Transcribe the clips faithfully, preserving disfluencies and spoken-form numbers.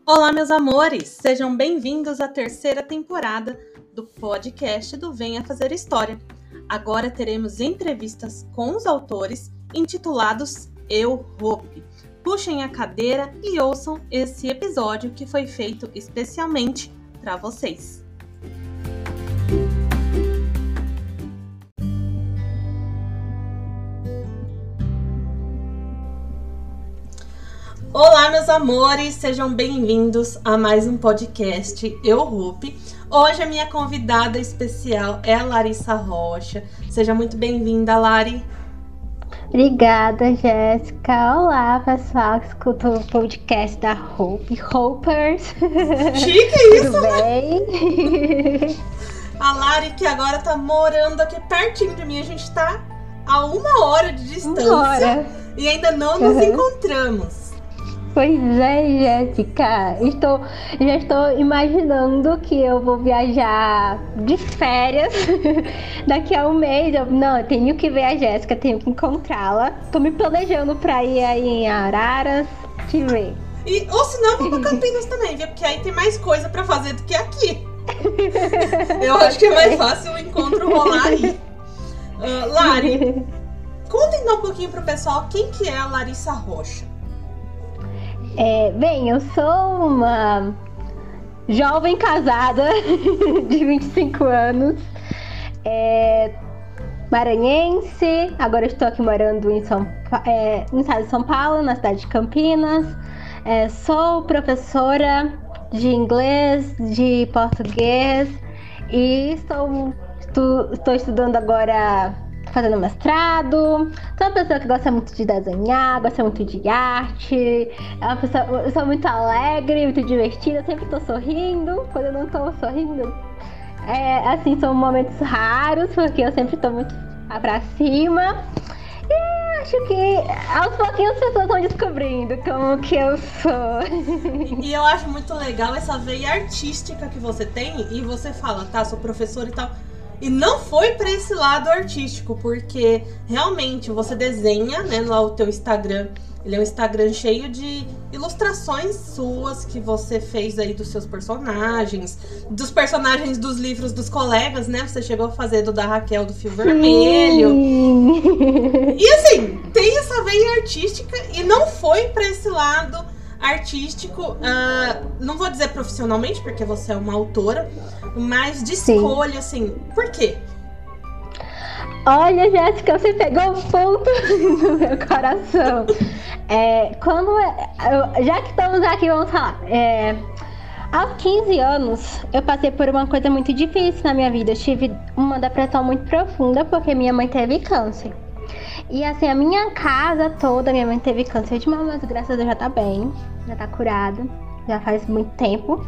Olá, meus amores! Sejam bem-vindos à terceira temporada do podcast do Venha Fazer História. Agora teremos entrevistas com os autores intitulados Eu, Hope. Puxem a cadeira e ouçam esse episódio que foi feito especialmente para vocês. Olá, meus amores, sejam bem-vindos a mais um podcast Eu, Hope. Hoje a minha convidada especial é a Larissa Rocha. Seja muito bem-vinda, Lari. Obrigada, Jéssica. Olá, pessoal que escuta o podcast da Hope, Hopers. Chique isso, Tudo bem? A Lari, que agora tá morando aqui pertinho de mim, a gente tá a uma hora de distância hora. E ainda não nos uhum. encontramos. Pois é, Jéssica. Estou, já estou imaginando que eu vou viajar de férias daqui a um mês. Eu, não, eu tenho que ver a Jéssica, tenho que encontrá-la. Estou me planejando para ir aí em Araras te ver. E, ou se não, vou para Campinas também, viu? Porque aí tem mais coisa para fazer do que aqui. Eu acho que é mais fácil o encontro rolar aí. Uh, Lari, conta então um pouquinho pro pessoal quem que é a Larissa Rocha. É, bem, eu sou uma jovem casada de vinte e cinco anos, é, maranhense. Agora estou aqui morando em São, é, no estado de São Paulo, na cidade de Campinas. É, sou professora de inglês, de português e estou, estou, estou estudando agora, fazendo mestrado. Sou uma pessoa que gosta muito de desenhar, gosta muito de arte. É uma pessoa, eu sou muito alegre, muito divertida, sempre tô sorrindo. Quando eu não tô sorrindo, é, assim, são momentos raros, porque eu sempre tô muito pra cima. E acho que aos pouquinhos as pessoas estão descobrindo como que eu sou. E eu acho muito legal essa veia artística que você tem. E você fala, tá, sou professora e tal. E não foi para esse lado artístico, porque realmente você desenha, né, lá o teu Instagram. Ele é um Instagram cheio de ilustrações suas que você fez aí dos seus personagens, dos personagens dos livros dos colegas, né? Você chegou a fazer do da Raquel do Fio Vermelho. E assim, tem essa veia artística e não foi para esse lado artístico, uh, não vou dizer profissionalmente, porque você é uma autora, mas de escolha, assim, por quê? Olha, Jéssica, você pegou um ponto no meu coração. É, quando eu, já que estamos aqui, vamos falar. É, aos quinze anos, eu passei por uma coisa muito difícil na minha vida. Eu tive uma depressão muito profunda, porque minha mãe teve câncer. E assim, a minha casa toda, minha mãe teve câncer de mama, mas graças a Deus já tá bem, já tá curada, já faz muito tempo.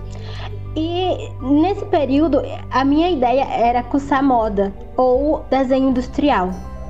E nesse período, a minha ideia era cursar moda ou desenho industrial.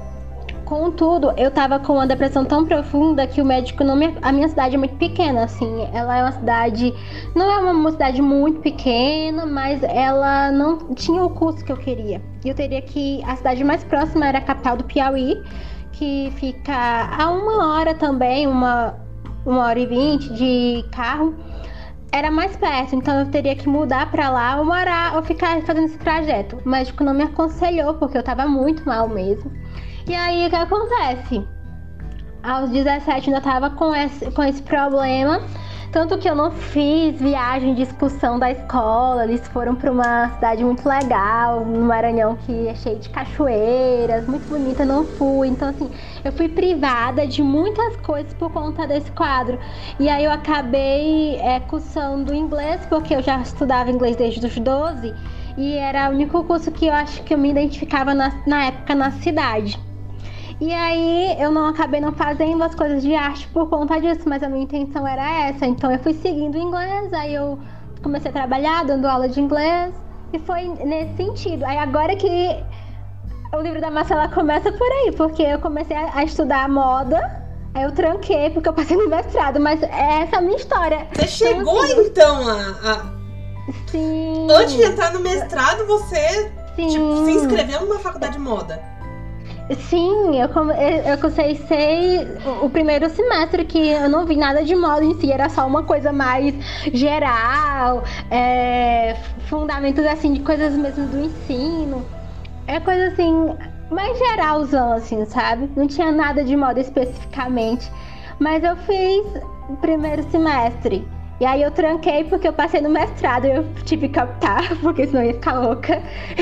Contudo, eu tava com uma depressão tão profunda que o médico não me... A minha cidade é muito pequena, assim, ela é uma cidade... Não é uma cidade muito pequena, mas ela não tinha o curso que eu queria. E eu teria que... A cidade mais próxima era a capital do Piauí, que fica a uma hora também, uma, uma hora e vinte de carro. Era mais perto, então eu teria que mudar pra lá ou morar, ou ficar fazendo esse trajeto. O médico não me aconselhou, porque eu tava muito mal mesmo. E aí, o que acontece? Aos dezessete ainda tava com esse, com esse problema. Tanto que eu não fiz viagem de excursão da escola. Eles foram para uma cidade muito legal, no Maranhão, que é cheio de cachoeiras, muito bonita, eu não fui. Então, assim, eu fui privada de muitas coisas por conta desse quadro. E aí eu acabei é, cursando inglês, porque eu já estudava inglês desde os doze. E era o único curso que eu acho que eu me identificava na, na época na cidade. E aí eu não acabei não fazendo as coisas de arte por conta disso, mas a minha intenção era essa. Então eu fui seguindo o inglês, aí eu comecei a trabalhar, dando aula de inglês, e foi nesse sentido. Aí agora que o livro da Marcela começa por aí, porque eu comecei a, a estudar moda, aí eu tranquei porque eu passei no mestrado, mas é essa a minha história. Você chegou assim, então a, a... Sim. Antes de entrar no mestrado, você Sim. tipo, se inscreveu numa faculdade de moda? Sim, eu, come- eu comecei o o primeiro semestre que eu não vi nada de moda em si, era só uma coisa mais geral, é, fundamentos assim de coisas mesmo do ensino. É coisa assim, mais geralzão, assim, sabe? Não tinha nada de moda especificamente. Mas eu fiz o primeiro semestre. E aí eu tranquei porque eu passei no mestrado e eu tive que optar, porque senão eu ia ficar louca.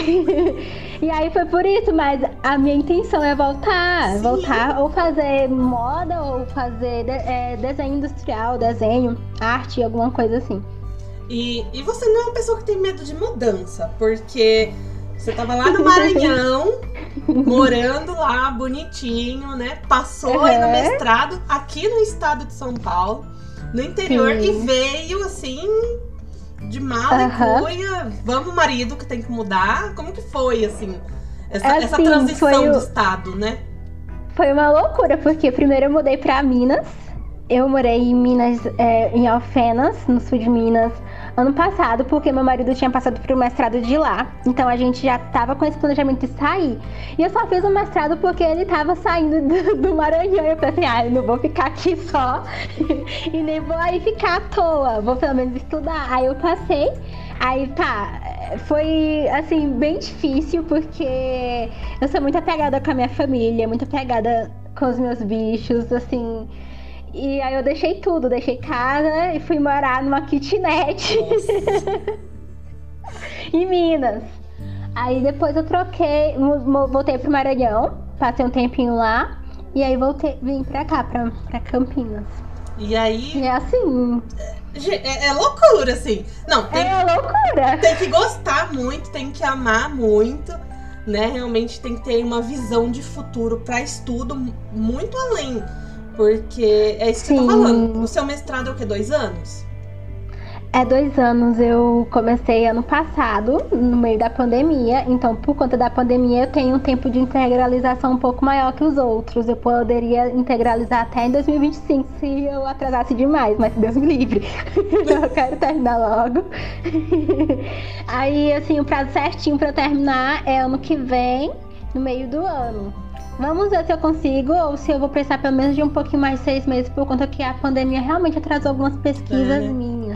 E aí foi por isso, mas a minha intenção é voltar. Sim. Voltar ou fazer moda, ou fazer de- é, desenho industrial, desenho, arte, alguma coisa assim. E, e você não é uma pessoa que tem medo de mudança, porque você tava lá no Maranhão, morando lá, bonitinho, né? Passou aí no Uhum. mestrado, aqui no estado de São Paulo, no interior, Sim. e veio, assim, de mala Aham. e cuia. Vamos, marido, que tem que mudar. Como que foi, assim, essa, Assim, essa transição foi o- de estado, né? Foi uma loucura, porque primeiro eu mudei pra Minas. Eu morei em Minas, é, em Alfenas, no sul de Minas, ano passado, porque meu marido tinha passado pro mestrado de lá. Então a gente já tava com esse planejamento de sair. E eu só fiz o mestrado porque ele tava saindo do, do Maranhão. Eu pensei, ah, eu não vou ficar aqui só e nem vou aí ficar à toa. Vou pelo menos estudar. Aí eu passei. Aí tá, foi assim, bem difícil, porque eu sou muito apegada com a minha família, muito apegada com os meus bichos, assim. E aí eu deixei tudo, deixei casa e fui morar numa kitnet Nossa. em Minas. Aí depois eu troquei, mo- mo- voltei pro Maranhão, passei um tempinho lá, e aí voltei, vim pra cá, pra, pra Campinas. E aí, E é assim, ge- é, é loucura, assim. Não, tem, é loucura. tem que gostar muito, tem que amar muito, né? Realmente tem que ter uma visão de futuro para estudo muito além. Porque é isso que você Sim. tá falando. O seu mestrado é o quê? Dois anos? É dois anos, eu comecei ano passado, no meio da pandemia. Então, por conta da pandemia, eu tenho um tempo de integralização um pouco maior que os outros. Eu poderia integralizar até em dois mil e vinte e cinco se eu atrasasse demais, mas Deus me livre. Eu quero terminar logo. Aí, assim, o prazo certinho pra eu terminar é ano que vem, no meio do ano. Vamos ver se eu consigo ou se eu vou precisar pelo menos de um pouquinho mais de seis meses, por conta que a pandemia realmente atrasou algumas pesquisas É. minhas.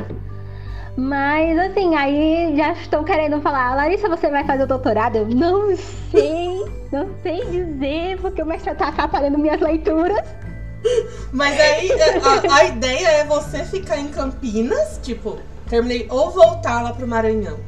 Mas assim, aí já estão querendo falar, Larissa, você vai fazer o doutorado? Eu não sei, não sei dizer, porque o mestrado tá atrapalhando minhas leituras. Mas aí é, a, a ideia é você ficar em Campinas, tipo, terminei, ou voltar lá pro Maranhão.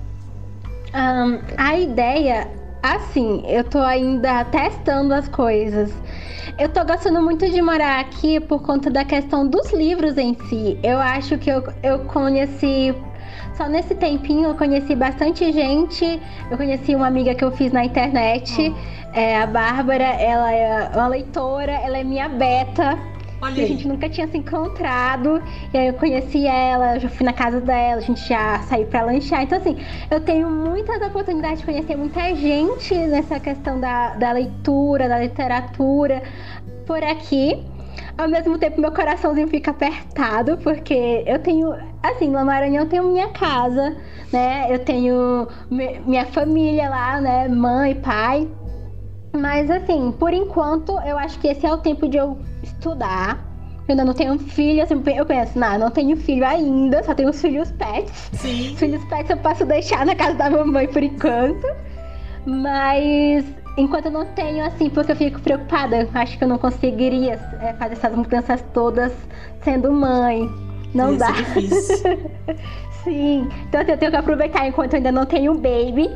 Ahn, a ideia, assim, eu tô ainda testando as coisas. Eu tô gostando muito de morar aqui por conta da questão dos livros em si. Eu acho que eu, eu conheci, só nesse tempinho, eu conheci bastante gente. Eu conheci uma amiga que eu fiz na internet, é, a Bárbara, ela é uma leitora, ela é minha beta. Olha E a aí. gente nunca tinha se encontrado. E aí eu conheci ela, eu já fui na casa dela, a gente já saiu pra lanchar. Então, assim, eu tenho muitas oportunidades de conhecer muita gente nessa questão da, da leitura, da literatura por aqui. Ao mesmo tempo, meu coraçãozinho fica apertado, porque eu tenho, assim, no Maranhão eu tenho minha casa, né? Eu tenho mi- minha família lá, né? Mãe, pai. Mas assim, por enquanto, eu acho que esse é o tempo de eu estudar. Eu ainda não tenho filho, assim, eu penso, não, não tenho filho ainda, só tenho os filhos pets. Sim. Os filhos pets eu posso deixar na casa da mamãe por enquanto. Mas enquanto eu não tenho, assim, porque eu fico preocupada, eu acho que eu não conseguiria é, fazer essas mudanças todas sendo mãe. Não Ia dá. ser difícil. Sim, então assim, eu tenho que aproveitar enquanto eu ainda não tenho um baby.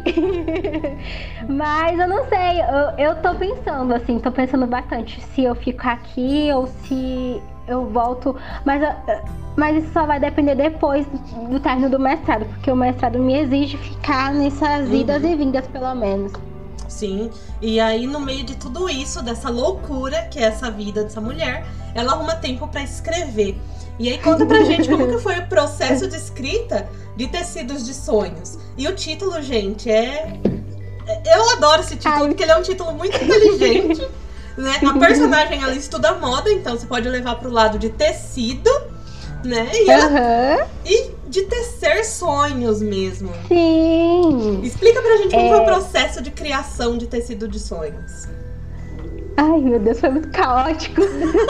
Mas eu não sei, eu, eu tô pensando, assim, tô pensando bastante se eu fico aqui ou se eu volto. Mas, eu- mas isso só vai depender depois do, do término do mestrado, porque o mestrado me exige ficar nessas idas e vindas, pelo menos. Sim. E aí, no meio de tudo isso, dessa loucura que é essa vida dessa mulher, ela arruma tempo pra escrever. E aí, conta pra gente como que foi o processo de escrita de Tecidos de Sonhos. E o título, gente, é... é- Eu adoro esse título, Ai. porque ele é um título muito inteligente, né? A personagem, ela estuda moda, então você pode levar pro lado de tecido, né? E, ela... Aham. e de tecer sonhos mesmo. Sim. Explica pra gente como É. foi o processo de criação de Tecido de Sonhos. Ai, meu Deus, foi muito caótico.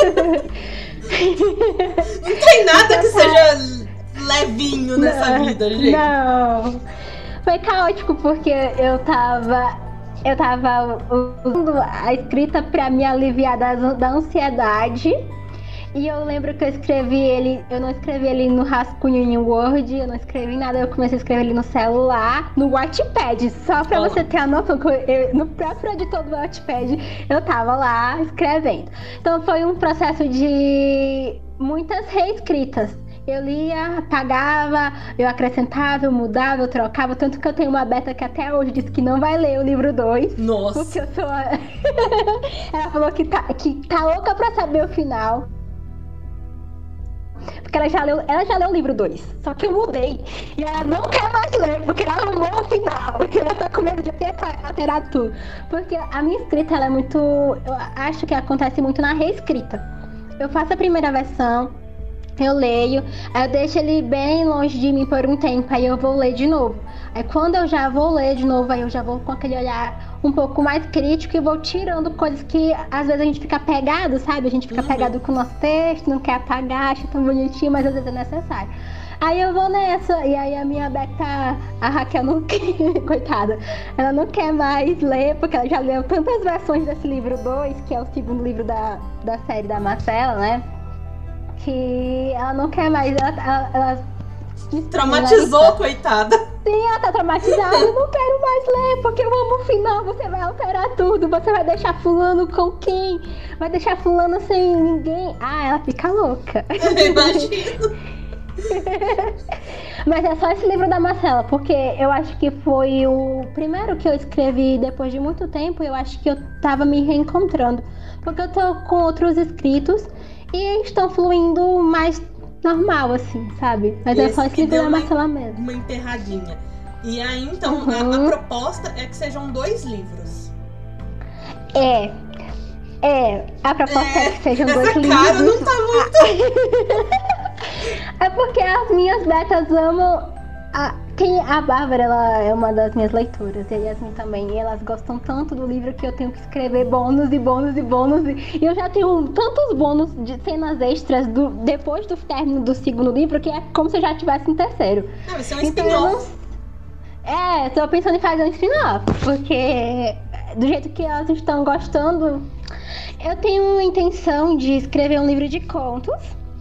Não tem nada que seja levinho nessa não, vida, gente. Não. Foi caótico porque eu tava. Eu tava usando a escrita pra me aliviar da, da ansiedade. E eu lembro que eu escrevi ele, eu não escrevi ele no rascunho em Word, eu não escrevi nada, eu comecei a escrever ele no celular, no Wattpad, só pra oh. você ter a noção, que eu, eu, no próprio editor do Wattpad, eu tava lá escrevendo. Então foi um processo de muitas reescritas. Eu lia, apagava, eu acrescentava, eu mudava, eu trocava, tanto que eu tenho uma beta que até hoje disse que não vai ler o livro dois. Nossa! Porque eu sou a... Ela falou que tá, que tá louca pra saber o final. Porque ela já leu, ela já leu o livro dois, só que eu mudei. E ela não quer mais ler, porque ela amou o final. Porque ela tá com medo de ter alterado tudo. Porque a minha escrita, ela é muito... Eu acho que acontece muito na reescrita. Eu faço a primeira versão, eu leio, aí eu deixo ele bem longe de mim por um tempo, aí eu vou ler de novo. Aí quando eu já vou ler de novo, aí eu já vou com aquele olhar um pouco mais crítico e vou tirando coisas que às vezes a gente fica pegado, sabe? A gente fica uhum. pegado com o nosso texto, não quer apagar, acha tão bonitinho, mas às vezes é necessário. Aí eu vou nessa, e aí a minha beta, a Raquel não quer, coitada, ela não quer mais ler, porque ela já leu tantas versões desse livro dois, que é o segundo livro da, da série da Marcela, né? Que ela não quer mais, ela, ela, ela traumatizou, ela, coitada. Sim, ela tá traumatizada, eu não quero mais ler, porque eu amo o final, você vai alterar tudo, você vai deixar fulano com quem? Vai deixar fulano sem ninguém? Ah, ela fica louca. Eu imagino. Mas é só esse livro da Marcela, porque eu acho que foi o primeiro que eu escrevi depois de muito tempo, eu acho que eu tava me reencontrando, porque eu tô com outros escritos e estão fluindo mais normal, assim, sabe? Mas esse é só esse livro da Marcela mesmo. Uma enterradinha. E aí, então, uhum. a, a proposta é que sejam dois livros. É. É, a proposta é, é que sejam dois livros. Essa cara não tá muito... É porque as minhas betas amam... A, quem, a Bárbara, ela é uma das minhas leitoras, e a Yasmin também. E elas gostam tanto do livro que eu tenho que escrever bônus e bônus e bônus. E, e eu já tenho tantos bônus de cenas extras do, depois do término do segundo livro, que é como se eu já tivesse um terceiro. Ah, vai ser um então, spin-off. É, tô pensando em fazer um spin-off, porque do jeito que elas estão gostando, eu tenho a intenção de escrever um livro de contos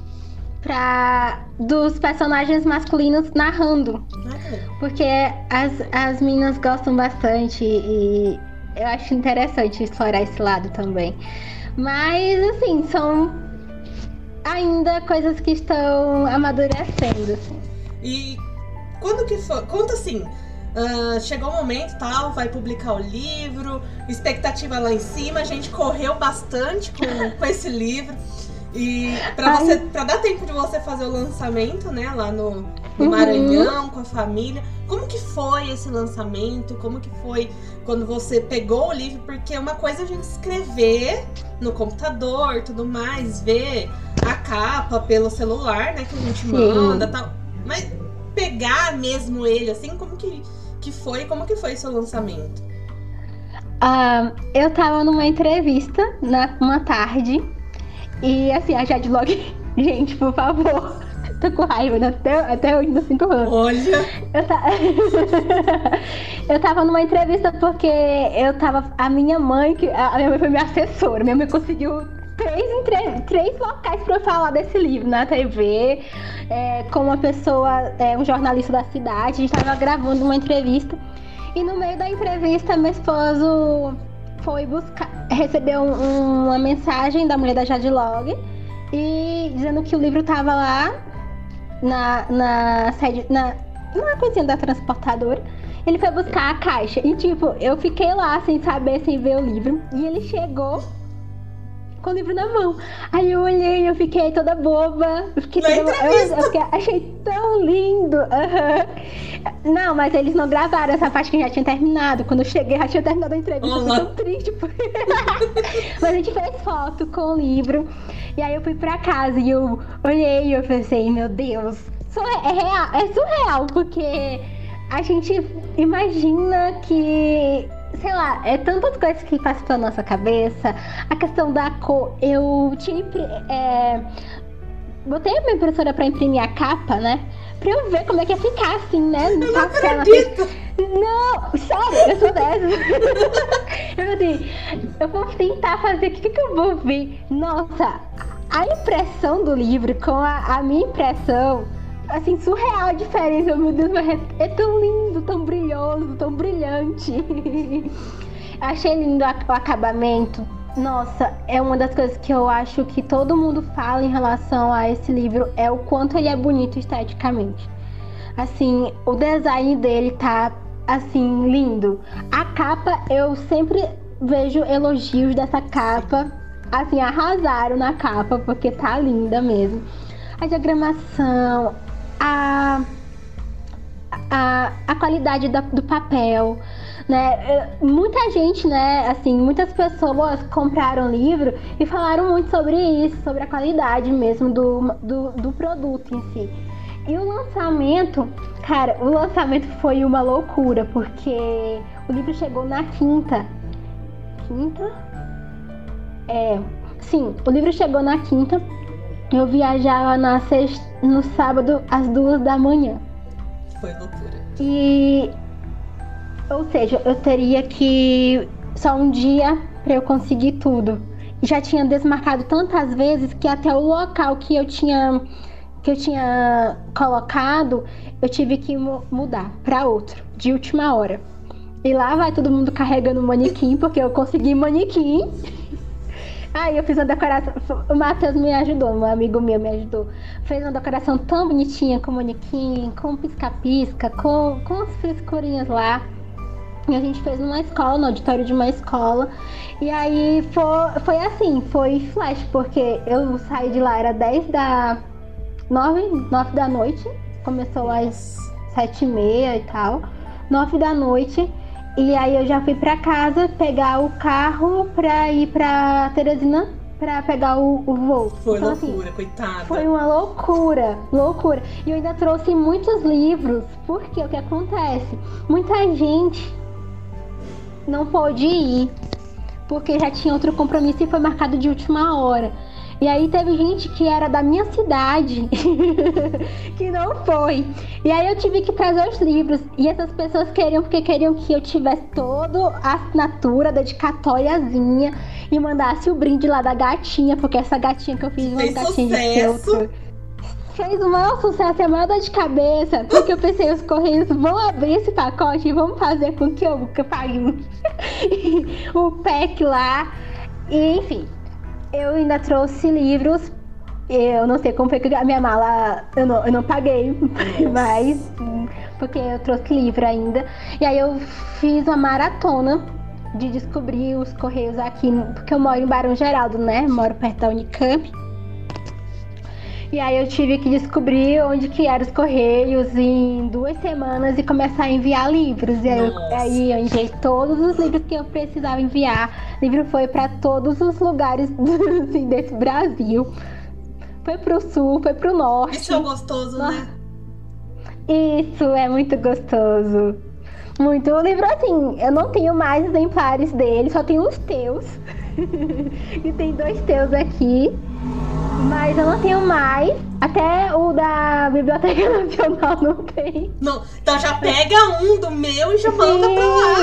pra, dos personagens masculinos narrando. Porque as, as meninas gostam bastante e eu acho interessante explorar esse lado também. Mas, assim, são ainda coisas que estão amadurecendo, assim. E quando que foi? Conta assim, uh, chegou o momento, tal, vai publicar o livro, expectativa lá em cima, a gente correu bastante com, com esse livro. E pra, você, pra dar tempo de você fazer o lançamento, né, lá no, no uhum. Maranhão, com a família. Como que foi esse lançamento? Como que foi quando você pegou o livro? Porque uma coisa é a gente escrever no computador, tudo mais, ver a capa pelo celular, né, que a gente manda e tal. Mas pegar mesmo ele, assim, como que, que foi? Como que foi seu lançamento? Uh, eu tava numa entrevista, na, uma tarde, e assim, a Jadlog, gente, por favor, tô com raiva, né? até, até hoje não sinto raiva. Olha! Eu, ta... eu tava numa entrevista porque eu tava, a minha mãe, que a minha mãe foi minha assessora, minha mãe conseguiu três, entre... três locais pra eu falar desse livro, na T V, é, com uma pessoa, é, um jornalista da cidade, a gente tava gravando uma entrevista, e no meio da entrevista, meu esposo foi buscar, recebeu um, uma mensagem da mulher da Jadlog e dizendo que o livro tava lá na, na sede, na, na coisinha da transportadora. Ele foi buscar a caixa e tipo, eu fiquei lá sem saber, sem ver o livro, e ele chegou com o livro na mão. Aí eu olhei e eu fiquei toda boba. Eu, fiquei toda... eu, eu fiquei... achei tão lindo. Uhum. Não, mas eles não gravaram essa parte que já tinha terminado. Quando eu cheguei, já tinha terminado a entrevista. Eu fiquei tão triste. Porque... mas a gente fez foto com o livro. E aí eu fui pra casa e eu olhei e eu pensei, meu Deus, isso é real, é surreal, porque a gente imagina que sei lá, é tantas coisas que passam pela nossa cabeça. A questão da cor, eu tinha é, botei a minha impressora pra imprimir a capa, né? Pra eu ver como é que ia ficar assim, né? Eu não papel, acredito! Não, sério, eu sou dessas. Eu assim, eu vou tentar fazer, o que, que eu vou ver? Nossa, a impressão do livro com a, a minha impressão, assim, surreal a diferença. Meu Deus, mas é, é tão lindo, tão brilhoso, tão brilhante. Achei lindo o acabamento. Nossa, é uma das coisas que eu acho que todo mundo fala em relação a esse livro, é o quanto ele é bonito esteticamente. Assim, o design dele tá, assim, lindo. A capa, eu sempre vejo elogios dessa capa. Assim, arrasaram na capa, porque tá linda mesmo. A diagramação, a, a, a qualidade da, do papel, né? Muita gente, né, assim, muitas pessoas compraram o livro e falaram muito sobre isso, sobre a qualidade mesmo do, do, do produto em si. E o lançamento, cara, o lançamento foi uma loucura, porque o livro chegou na quinta. Quinta? É, sim, o livro chegou na quinta. Eu viajava na sexta, no sábado, às duas da manhã. Foi loucura. E, ou seja, eu teria que só um dia pra eu conseguir tudo. E já tinha desmarcado tantas vezes que até o local que eu tinha que eu tinha colocado, eu tive que mu- mudar pra outro, de última hora. E lá vai todo mundo carregando manequim, porque eu consegui manequim. Aí eu fiz uma decoração, o Matheus me ajudou, um amigo meu me ajudou. Fez uma decoração tão bonitinha com manequim, com pisca-pisca, com, com as frescurinhas lá. E a gente fez numa escola, no auditório de uma escola. E aí foi, foi assim, foi flash, porque eu saí de lá, era dez da... nove, nove da noite. Começou às sete e meia e tal. nove da noite. E aí eu já fui pra casa pegar o carro pra ir pra Teresina pra pegar o, o voo. Foi então, loucura, assim, coitada. Foi uma loucura, loucura. E eu ainda trouxe muitos livros, porque o que acontece? Muita gente não pôde ir, porque já tinha outro compromisso e foi marcado de última hora. E aí teve gente que era da minha cidade que não foi. E aí eu tive que trazer os livros. E essas pessoas queriam, porque queriam que eu tivesse toda a assinatura, dedicatóriazinha, e mandasse o brinde lá da gatinha, porque essa gatinha que eu fiz, uma Fez gatinha sucesso. de feltro, fez o maior sucesso, a maior dor de cabeça, porque eu pensei, os Correios vão abrir esse pacote e vão fazer com que eu, que eu pague um, o pack lá. E, enfim. Eu ainda trouxe livros. Eu não sei como foi que a minha mala eu não, eu não paguei, mas porque eu trouxe livro ainda. E aí eu fiz uma maratona de descobrir os Correios aqui, porque eu moro em Barão Geraldo, né? Moro perto da Unicamp. E aí eu tive que descobrir onde que eram os Correios em duas semanas e começar a enviar livros. E aí eu, aí eu enviei todos os livros que eu precisava enviar. O livro foi para todos os lugares assim, desse Brasil. Foi pro sul, foi pro norte. Isso é gostoso, né? Isso, é muito gostoso. Muito. O livro, assim, eu não tenho mais exemplares dele, só tenho os teus. E tem dois teus aqui. Mas eu não tenho mais. Até o da Biblioteca Nacional não tem. Não, então já pega um do meu e já manda pra lá.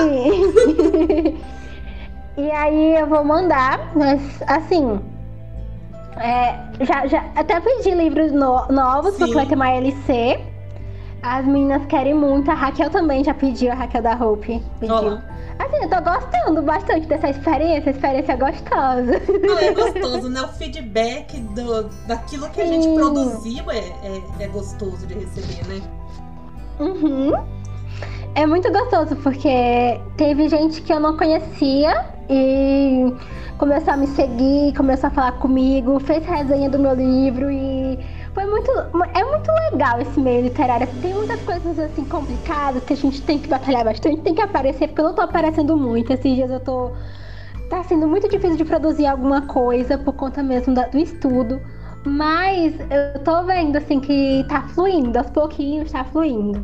E aí eu vou mandar, mas assim. É, já, já até pedi livros no, novos, Sim. porque vai ter uma L C. As meninas querem muito. A Raquel também já pediu, a Raquel da Hope pediu. Olá. Assim, eu tô gostando bastante dessa experiência. A experiência é gostosa. Não, é gostoso, né? O feedback do, daquilo que a gente Sim. produziu é, é, é gostoso de receber, né? Uhum. É muito gostoso, porque teve gente que eu não conhecia e começou a me seguir, começou a falar comigo, fez resenha do meu livro e foi muito, é muito legal esse meio literário. Tem muitas coisas assim complicadas que a gente tem que batalhar bastante, tem que aparecer, porque eu não tô aparecendo muito. Esses dias eu tô... Tá sendo muito difícil de produzir alguma coisa por conta mesmo da- do estudo, mas eu tô vendo assim que tá fluindo, aos pouquinhos tá fluindo.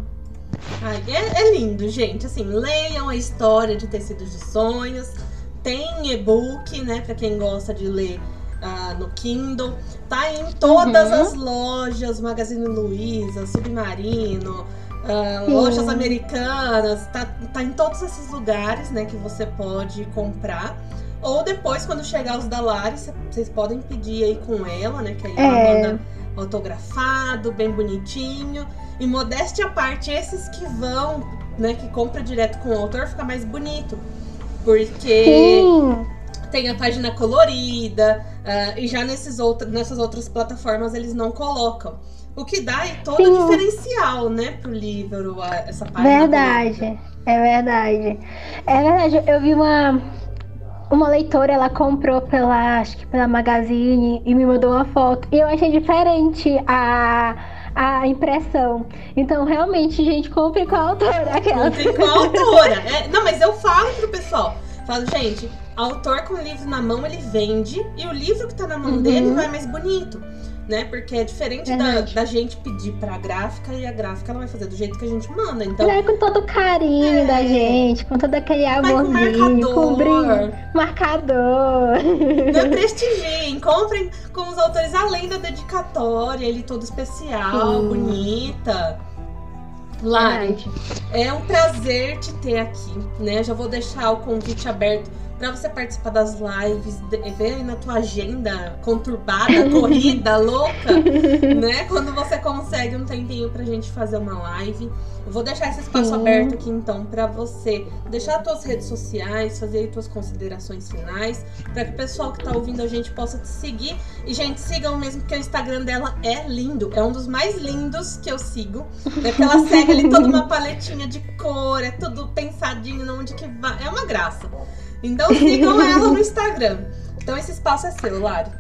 Ai, é, é lindo, gente. Assim, leiam a história de Tecidos de Sonhos. Tem e-book, né? Pra quem gosta de ler uh, no Kindle. Tá em todas Uhum. as lojas, Magazine Luiza, Submarino, uh, lojas americanas. Tá, tá em todos esses lugares, né? Que você pode comprar. Ou depois, quando chegar os da Lari, vocês podem pedir aí com ela, né? Que aí ela É. manda autografado, bem bonitinho. E modéstia à parte, esses que vão, né, que compra direto com o autor, fica mais bonito. Porque Sim. tem a página colorida, uh, e já nesses outra, nessas outras plataformas eles não colocam. O que dá é todo Sim. o diferencial, né, pro livro, a, essa página Verdade. colorida. É verdade. É verdade. Eu vi uma, uma leitora, ela comprou pela, acho que pela Magazine e me mandou uma foto. E eu achei diferente a, a impressão. Então, realmente, gente, compre com a autora. Aquela. Comprem com a autora. É, não, mas eu falo pro pessoal, falo, gente, autor com o livro na mão, ele vende, e o livro que tá na mão Uhum. dele vai mais bonito, né? Porque é diferente da, Verdade. da gente pedir pra gráfica, e a gráfica ela vai fazer do jeito que a gente manda. Então, Vai com todo o carinho É. da gente, com todo aquele vai com amorzinho, com brilho. marcador. Marcador. Não prestigiem, comprem com os autores além da dedicatória, ele todo especial, Sim. bonita. Lari, Verdade. é um prazer te ter aqui, né? Já vou deixar o convite aberto para você participar das lives, de- ver aí na tua agenda conturbada, corrida, louca, né? Quando você consegue um tempinho pra gente fazer uma live. Eu vou deixar esse espaço Sim. aberto aqui, então, pra você deixar as tuas redes sociais, fazer aí tuas considerações finais, pra que o pessoal que tá ouvindo a gente possa te seguir. E, gente, sigam mesmo, porque o Instagram dela é lindo. É um dos mais lindos que eu sigo, né? Porque ela segue ali toda uma paletinha de cor, é tudo pensadinho, onde que vai. É uma graça. Então, sigam ela no Instagram. Então, esse espaço é seu, Lari.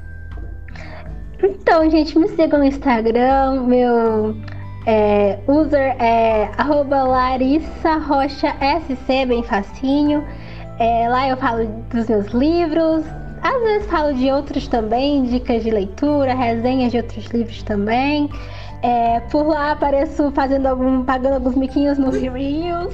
Então, gente, me sigam no Instagram. Meu é, user é arroba Larissa Rocha S C, bem facinho. É, lá eu falo dos meus livros. Às vezes falo de outros também, dicas de leitura, resenhas de outros livros também. É, por lá apareço fazendo algum, pagando alguns miquinhos nos Reels.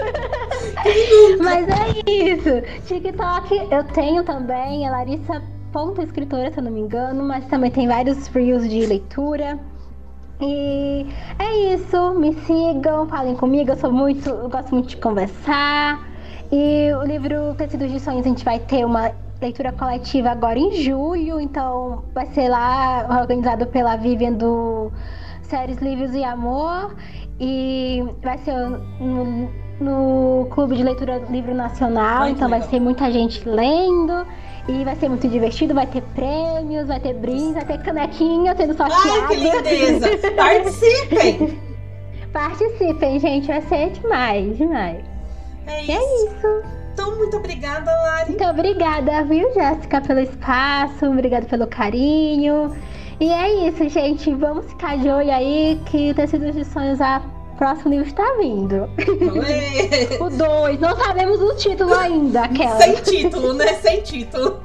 Mas é isso. TikTok eu tenho também, é Larissa ponto escritora, se eu não me engano, mas também tem vários Reels de leitura. E é isso, me sigam, falem comigo, eu sou muito, eu gosto muito de conversar. E o livro Tecidos de Sonhos, a gente vai ter uma leitura coletiva agora em julho, então vai ser lá organizado pela Vivian do Séries Livros e Amor, e vai ser no, no Clube de Leitura Livro Nacional. Ai, que então vai legal. ser muita gente lendo. E vai ser muito divertido, vai ter prêmios, vai ter brindes, vai ter canequinha sendo sorteado. Ai, que lindeza! Participem! Participem, gente, vai ser demais, demais. É E é isso. isso. Então, muito obrigada, Lari. Muito obrigada, viu, Jéssica, pelo espaço, obrigada pelo carinho. E é isso, gente, vamos ficar de olho aí que o Tecidos de Sonhos, a próximo livro está vindo. Oi. O dois, não sabemos o título ainda, aquela. Sem título, né? Sem título.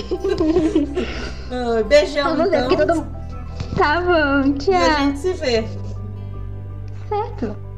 Ah, beijão, Vamos ver, então. porque todo mundo... Tá bom, E a tchau. gente se vê. Certo.